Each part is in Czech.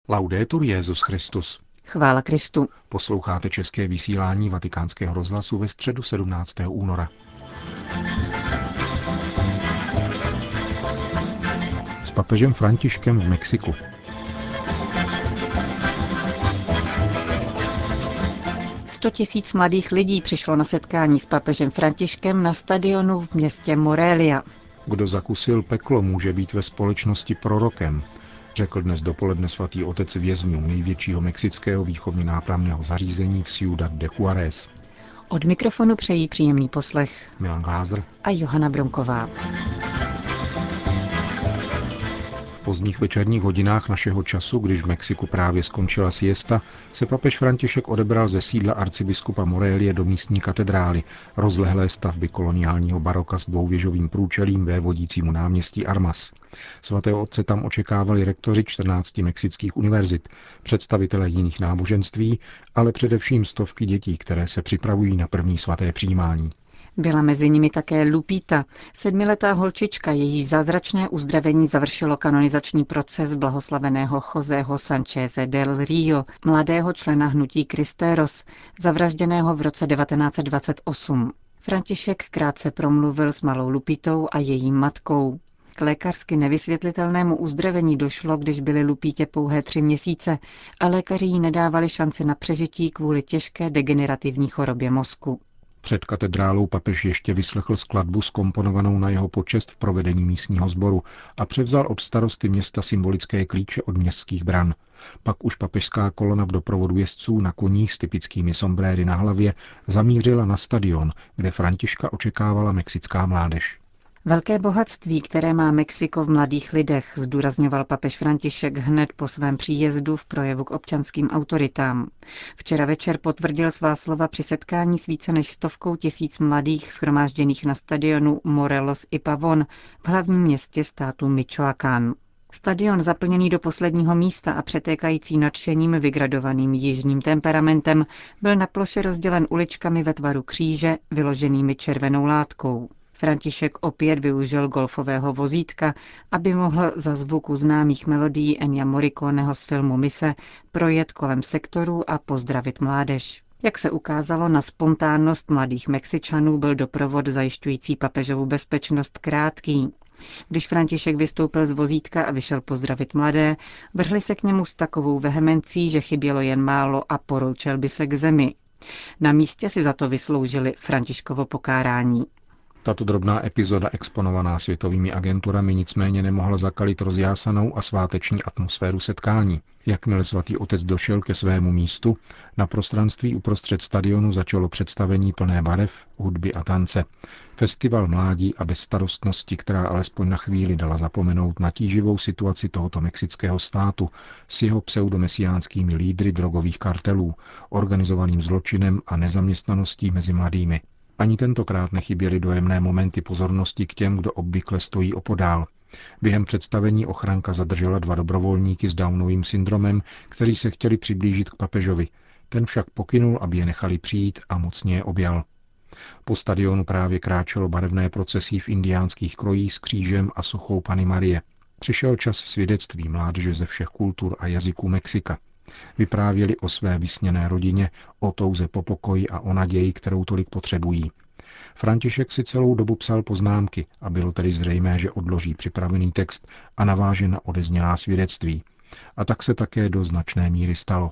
Laudetur Jesus Christus. Chvála Kristu. Posloucháte české vysílání Vatikánského rozhlasu ve středu 17. února. S papežem Františkem v Mexiku. Sto tisíc mladých lidí přišlo na setkání s papežem Františkem na stadionu v městě Morelia. Kdo zakusil peklo, může být ve společnosti prorokem, řekl dnes dopoledne svatý otec vězňům největšího mexického výchovně nápravného zařízení v Ciudad de Juárez. Od mikrofonu přejí příjemný poslech Milan Glázer a Johana Bronková. V pozdních večerních hodinách našeho času, když v Mexiku právě skončila siesta, se papež František odebral ze sídla arcibiskupa Morelie do místní katedrály, rozlehlé stavby koloniálního baroka s dvouvěžovým průčelím vévodícímu náměstí Armas. Svatého otce tam očekávali rektoři 14 mexických univerzit, představitelé jiných náboženství, ale především stovky dětí, které se připravují na první svaté přijímání. Byla mezi nimi také Lupita, 7letá holčička, jejíž zázračné uzdravení završilo kanonizační proces blahoslaveného Joseho Sancheze del Rio, mladého člena hnutí Cristeros, zavražděného v roce 1928. František krátce promluvil s malou Lupitou a její matkou. K lékařsky nevysvětlitelnému uzdravení došlo, když byly Lupítě pouhé 3 měsíce a lékaři jí nedávali šanci na přežití kvůli těžké degenerativní chorobě mozku. Před katedrálou papež ještě vyslechl skladbu zkomponovanou na jeho počest v provedení místního sboru a převzal od starosty města symbolické klíče od městských bran. Pak už papežská kolona v doprovodu jezdců na koních s typickými sombréry na hlavě zamířila na stadion, kde Františka očekávala mexická mládež. Velké bohatství, které má Mexiko v mladých lidech, zdůrazňoval papež František hned po svém příjezdu v projevu k občanským autoritám. Včera večer potvrdil svá slova při setkání s více než 100 tisíc mladých shromážděných na stadionu Morelos y Pavón v hlavním městě státu Michoacán. Stadion zaplněný do posledního místa a přetékající nadšením vygradovaným jižním temperamentem byl na ploše rozdělen uličkami ve tvaru kříže, vyloženými červenou látkou. František opět využil golfového vozítka, aby mohl za zvuku známých melodií Ennia Morriconeho z filmu Mise projet kolem sektoru a pozdravit mládež. Jak se ukázalo, na spontánnost mladých Mexičanů byl doprovod zajišťující papežovu bezpečnost krátký. Když František vystoupil z vozítka a vyšel pozdravit mladé, vrhli se k němu s takovou vehemencí, že chybělo jen málo a poroučel by se k zemi. Na místě si za to vysloužili Františkovo pokárání. Tato drobná epizoda exponovaná světovými agenturami nicméně nemohla zakalit rozjásanou a sváteční atmosféru setkání. Jakmile svatý otec došel ke svému místu, na prostranství uprostřed stadionu začalo představení plné barev, hudby a tance. Festival mládí a bezstarostnosti, která alespoň na chvíli dala zapomenout na tíživou situaci tohoto mexického státu s jeho pseudomesiánskými lídry drogových kartelů, organizovaným zločinem a nezaměstnaností mezi mladými. Ani tentokrát nechyběly dojemné momenty pozornosti k těm, kdo obvykle stojí opodál. Během představení ochranka zadržela 2 dobrovolníky s Downovým syndromem, kteří se chtěli přiblížit k papežovi. Ten však pokynul, aby je nechali přijít a mocně je objal. Po stadionu právě kráčelo barevné procesí v indiánských krojích s křížem a sochou Panny Marie. Přišel čas svědectví mládeže ze všech kultur a jazyků Mexika. Vyprávěli o své vysněné rodině, o touze po pokoji a o naději, kterou tolik potřebují. František si celou dobu psal poznámky a bylo tedy zřejmé, že odloží připravený text a naváže na odeznělá svědectví. A tak se také do značné míry stalo.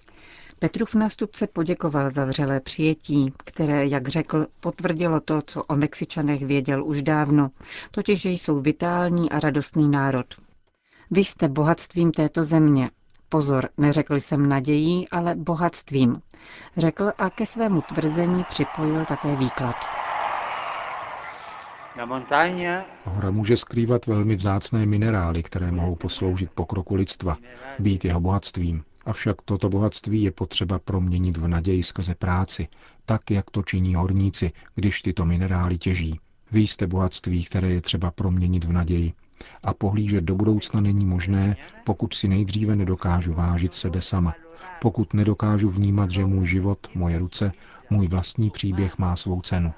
Petrův nástupce poděkoval za vřelé přijetí, které, jak řekl, potvrdilo to, co o Mexičanech věděl už dávno, totiž, že jsou vitální a radostný národ. Vy jste bohatstvím této země. Pozor, neřekl jsem nadějí, ale bohatstvím. Řekl a ke svému tvrzení připojil také výklad. Hora může skrývat velmi vzácné minerály, které mohou posloužit pokroku lidstva, být jeho bohatstvím. Avšak toto bohatství je potřeba proměnit v naději skrze práci, tak, jak to činí horníci, když tyto minerály těží. Vy jste bohatství, které je třeba proměnit v naději. A pohlížet do budoucna není možné, pokud si nejdříve nedokážu vážit sebe sama. Pokud nedokážu vnímat, že můj život, moje ruce, můj vlastní příběh má svou cenu.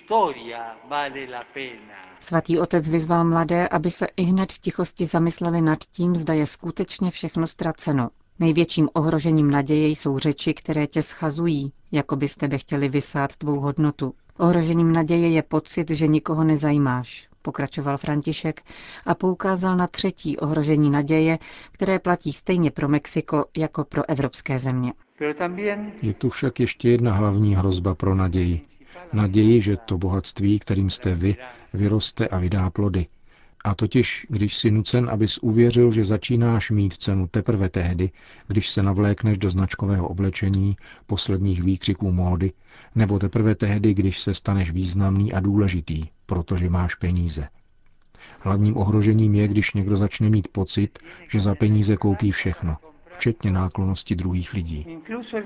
Svatý otec vyzval mladé, aby se ihned v tichosti zamysleli nad tím, zda je skutečně všechno ztraceno. Největším ohrožením naděje jsou řeči, které tě schazují, jako by z tebe chtěli vysát tvou hodnotu. Ohrožením naděje je pocit, že nikoho nezajímáš, pokračoval František a poukázal na třetí ohrožení naděje, které platí stejně pro Mexiko jako pro evropské země. Je tu však ještě jedna hlavní hrozba pro naději. Naději, že to bohatství, kterým jste vy, vyroste a vydá plody. A totiž, když jsi nucen, abys uvěřil, že začínáš mít cenu teprve tehdy, když se navlékneš do značkového oblečení, posledních výkřiků módy, nebo teprve tehdy, když se staneš významný a důležitý, protože máš peníze. Hlavním ohrožením je, když někdo začne mít pocit, že za peníze koupí všechno, včetně náklonnosti druhých lidí.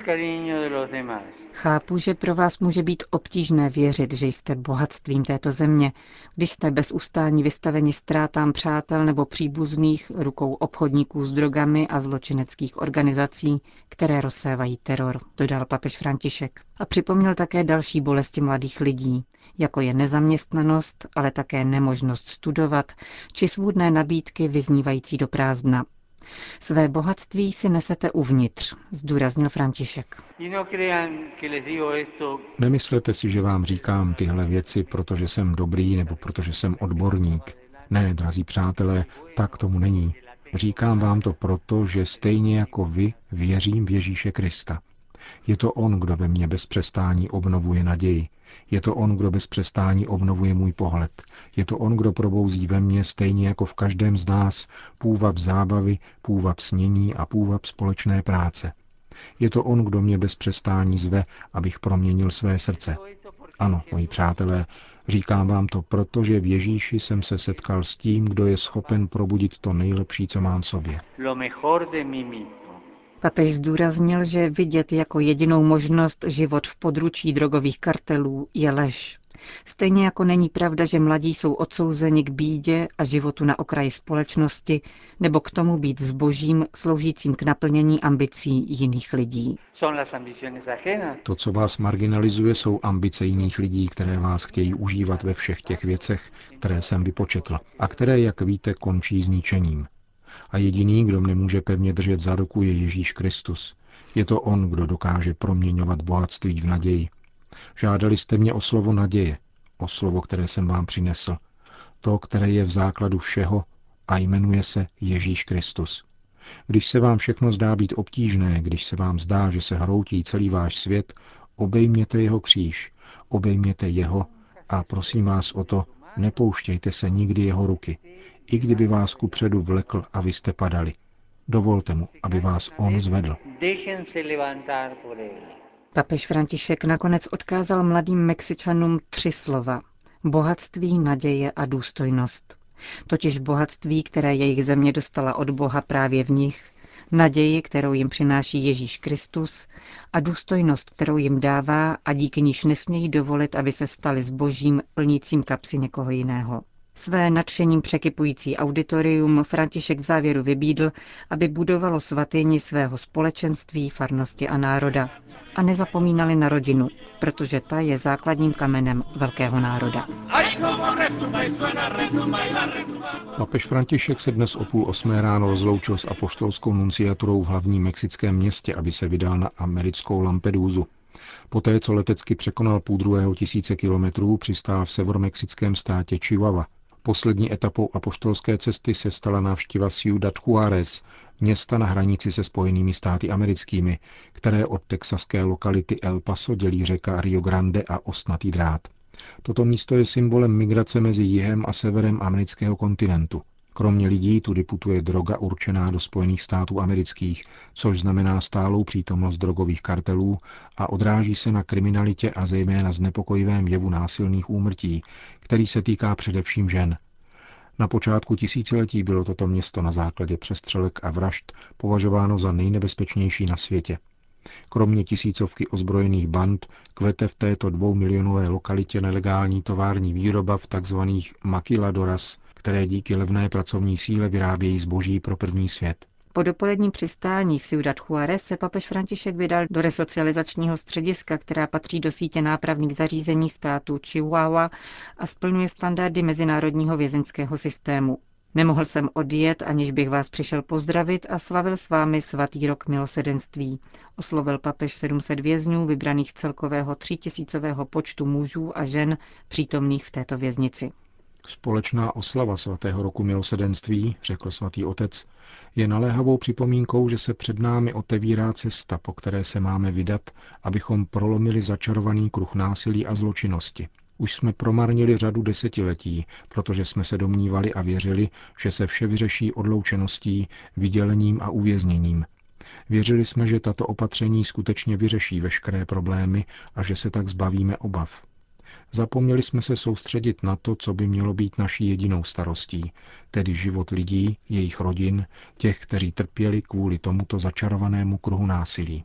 Chápu, že pro vás může být obtížné věřit, že jste bohatstvím této země, když jste bez ustání vystaveni ztrátám přátel nebo příbuzných rukou obchodníků s drogami a zločineckých organizací, které rozsévají teror, dodal papež František. A připomněl také další bolesti mladých lidí, jako je nezaměstnanost, ale také nemožnost studovat, či svůdné nabídky vyznívající do prázdna. Své bohatství si nesete uvnitř, zdůraznil František. Nemyslete si, že vám říkám tyhle věci, protože jsem dobrý nebo protože jsem odborník. Ne, drazí přátelé, tak tomu není. Říkám vám to proto, že stejně jako vy věřím v Ježíše Krista. Je to on, kdo ve mně bez přestání obnovuje naději. Je to on, kdo bez přestání obnovuje můj pohled. Je to on, kdo probouzí ve mně stejně jako v každém z nás půvab zábavy, půvab snění a půvab společné práce. Je to on, kdo mě bez přestání zve, abych proměnil své srdce. Ano, moji přátelé, říkám vám to proto, že v Ježíši jsem se setkal s tím, kdo je schopen probudit to nejlepší, co mám v sobě. Papež zdůraznil, že vidět jako jedinou možnost život v područí drogových kartelů je lež. Stejně jako není pravda, že mladí jsou odsouzeni k bídě a životu na okraji společnosti nebo k tomu být zbožím sloužícím k naplnění ambicí jiných lidí. To, co vás marginalizuje, jsou ambice jiných lidí, které vás chtějí užívat ve všech těch věcech, které jsem vypočetl a které, jak víte, končí zničením. A jediný, kdo mne může pevně držet za ruku, je Ježíš Kristus. Je to on, kdo dokáže proměňovat bohatství v naději. Žádali jste mě o slovo naděje, o slovo, které jsem vám přinesl. To, které je v základu všeho a jmenuje se Ježíš Kristus. Když se vám všechno zdá být obtížné, když se vám zdá, že se hroutí celý váš svět, obejměte jeho kříž, obejměte jeho a prosím vás o to, nepouštějte se nikdy jeho ruky, i kdyby vás kupředu vlekl a vy jste padali. Dovolte mu, aby vás on zvedl. Papež František nakonec odkázal mladým Mexičanům 3 slova. Bohatství, naděje a důstojnost. Totiž bohatství, které jejich země dostala od Boha právě v nich, naději, kterou jim přináší Ježíš Kristus a důstojnost, kterou jim dává a díky níž nesmějí dovolit, aby se stali zbožím plnícím kapsy někoho jiného. Své nadšením překypující auditorium František v závěru vybídl, aby budovalo svatyni svého společenství, farnosti a národa. A nezapomínali na rodinu, protože ta je základním kamenem velkého národa. Papež František se dnes o 7:30 ráno rozloučil s apoštolskou nunciaturou v hlavním mexickém městě, aby se vydal na americkou Lampedúzu. Poté, co letecky překonal 5,5 tisíce kilometrů, přistál v severomexickém státě Chihuahua. Poslední etapou apoštolské cesty se stala návštěva Ciudad Juárez, města na hranici se Spojenými státy americkými, které od texaské lokality El Paso dělí řeka Rio Grande a ostnatý drát. Toto místo je symbolem migrace mezi jihem a severem amerického kontinentu. Kromě lidí tudy putuje droga určená do Spojených států amerických, což znamená stálou přítomnost drogových kartelů a odráží se na kriminalitě a zejména znepokojivém jevu násilných úmrtí, který se týká především žen. Na počátku tisíciletí bylo toto město na základě přestřelek a vražd považováno za nejnebezpečnější na světě. Kromě tisícovky ozbrojených band kvete v této 2milionové lokalitě nelegální tovární výroba v tzv. maquiladoras, které díky levné pracovní síle vyrábějí zboží pro první svět. Po dopoledním přistání v Ciudad Juárez se papež František vydal do resocializačního střediska, která patří do sítě nápravných zařízení státu Chihuahua a splňuje standardy mezinárodního vězeňského systému. Nemohl jsem odjet, aniž bych vás přišel pozdravit a slavil s vámi svatý rok milosedenství. Oslovil papež 700 vězňů vybraných z celkového 3000 počtu mužů a žen přítomných v této věznici. Společná oslava svatého roku milosedenství, řekl svatý otec, je naléhavou připomínkou, že se před námi otevírá cesta, po které se máme vydat, abychom prolomili začarovaný kruh násilí a zločinnosti. Už jsme promarnili řadu desetiletí, protože jsme se domnívali a věřili, že se vše vyřeší odloučeností, vydělením a uvězněním. Věřili jsme, že tato opatření skutečně vyřeší veškeré problémy a že se tak zbavíme obav. Zapomněli jsme se soustředit na to, co by mělo být naší jedinou starostí, tedy život lidí, jejich rodin, těch, kteří trpěli kvůli tomuto začarovanému kruhu násilí.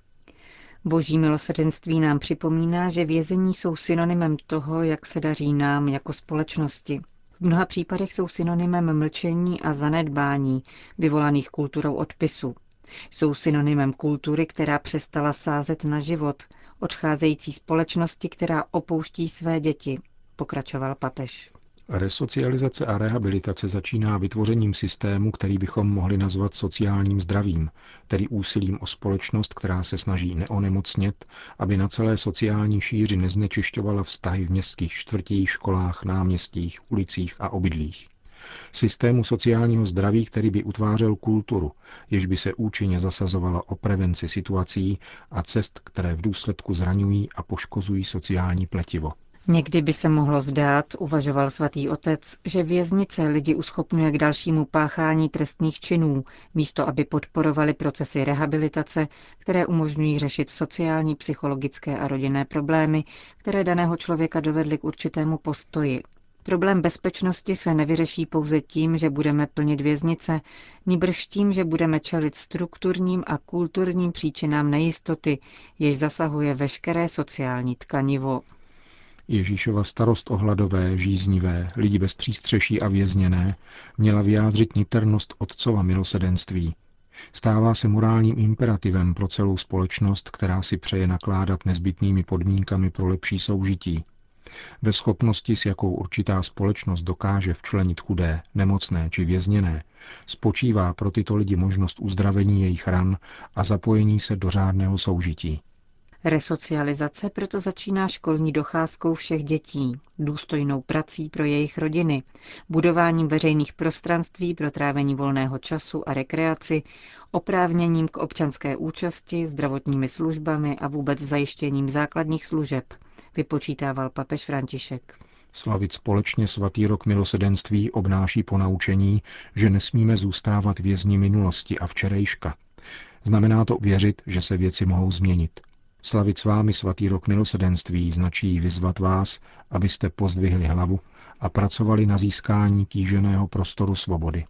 Boží milosrdenství nám připomíná, že vězení jsou synonymem toho, jak se daří nám jako společnosti. V mnoha případech jsou synonymem mlčení a zanedbání, vyvolaných kulturou odpisu. Jsou synonymem kultury, která přestala sázet na život, odcházející společnosti, která opouští své děti, pokračoval papež. Resocializace a rehabilitace začíná vytvořením systému, který bychom mohli nazvat sociálním zdravím, tedy úsilím o společnost, která se snaží neonemocnět, aby na celé sociální šíři neznečišťovala vztahy v městských čtvrtích, školách, náměstích, ulicích a obydlích. Systému sociálního zdraví, který by utvářel kulturu, jež by se účinně zasazovala o prevenci situací a cest, které v důsledku zraňují a poškozují sociální pletivo. Někdy by se mohlo zdát, uvažoval svatý otec, že věznice lidi uschopňuje k dalšímu páchání trestných činů, místo aby podporovali procesy rehabilitace, které umožňují řešit sociální, psychologické a rodinné problémy, které daného člověka dovedly k určitému postoji. Problém bezpečnosti se nevyřeší pouze tím, že budeme plnit věznice, nýbrž tím, že budeme čelit strukturním a kulturním příčinám nejistoty, jež zasahuje veškeré sociální tkanivo. Ježíšova starost o hladové, žíznivé, lidi bez přístřeší a vězněné měla vyjádřit niternost otcova milosedenství. Stává se morálním imperativem pro celou společnost, která si přeje nakládat nezbytnými podmínkami pro lepší soužití. Ve schopnosti, s jakou určitá společnost dokáže včlenit chudé, nemocné či vězněné, spočívá pro tyto lidi možnost uzdravení jejich ran a zapojení se do řádného soužití. Resocializace proto začíná školní docházkou všech dětí, důstojnou prací pro jejich rodiny, budováním veřejných prostranství pro trávení volného času a rekreaci, oprávněním k občanské účasti, zdravotními službami a vůbec zajištěním základních služeb, vypočítával papež František. Slavit společně svatý rok milosedenství obnáší ponaučení, že nesmíme zůstávat vězni minulosti a včerejška. Znamená to věřit, že se věci mohou změnit. Slavit s vámi svatý rok milosedenství značí vyzvat vás, abyste pozdvihli hlavu a pracovali na získání kýženého prostoru svobody.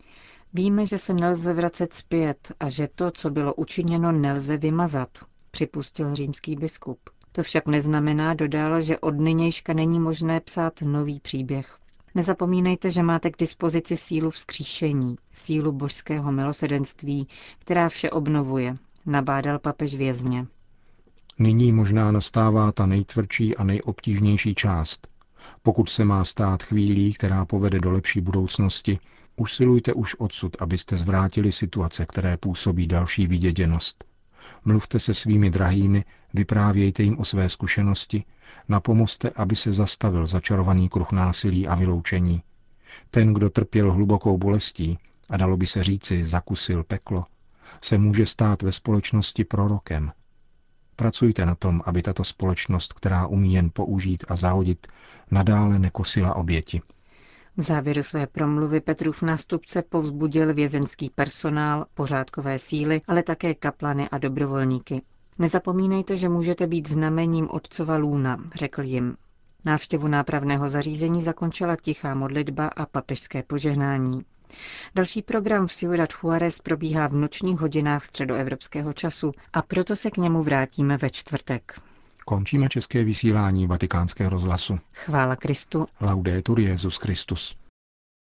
Víme, že se nelze vracet zpět a že to, co bylo učiněno, nelze vymazat, připustil římský biskup. To však neznamená, dodal, že od nynějška není možné psát nový příběh. Nezapomínejte, že máte k dispozici sílu vzkříšení, sílu božského milosedenství, která vše obnovuje, nabádal papež vězně. Nyní možná nastává ta nejtvrdší a nejobtížnější část. Pokud se má stát chvílí, která povede do lepší budoucnosti, usilujte už odsud, abyste zvrátili situace, které působí další vyděděnost. Mluvte se svými drahými, vyprávějte jim o své zkušenosti, napomozte, aby se zastavil začarovaný kruh násilí a vyloučení. Ten, kdo trpěl hlubokou bolestí a dalo by se říci zakusil peklo, se může stát ve společnosti prorokem. Pracujte na tom, aby tato společnost, která umí jen použít a zahodit, nadále nekosila oběti. V závěru své promluvy Petrův nástupce povzbudil vězenský personál, pořádkové síly, ale také kaplany a dobrovolníky. Nezapomínejte, že můžete být znamením otcova lůna, řekl jim. Návštěvu nápravného zařízení zakončila tichá modlitba a papežské požehnání. Další program v Ciudad Juárez probíhá v nočních hodinách středoevropského času a proto se k němu vrátíme ve čtvrtek. Končíme české vysílání Vatikánského rozhlasu. Chvála Kristu. Laudetur Jesus Christus.